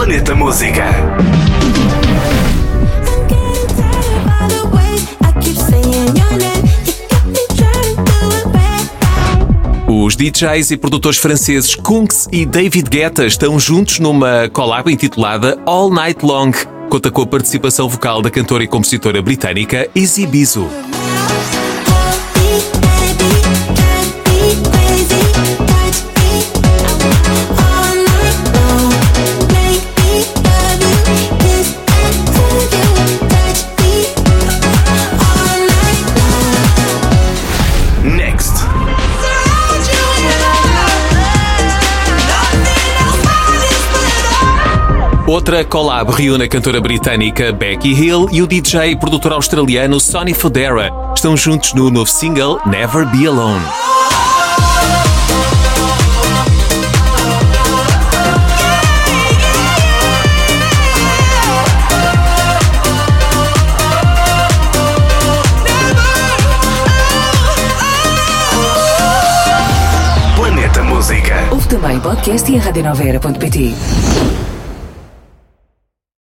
Planeta Música. Os DJs e produtores franceses Kungs e David Guetta estão juntos numa collab intitulada All Night Long. Conta com a participação vocal da cantora e compositora britânica Izzy Bizu. Outra collab reúne a cantora britânica Becky Hill e o DJ e produtor australiano Sonny Fodera. Estão juntos no novo single Never Be Alone. Planeta Música. Ouve também podcast e a radionoveira.pt.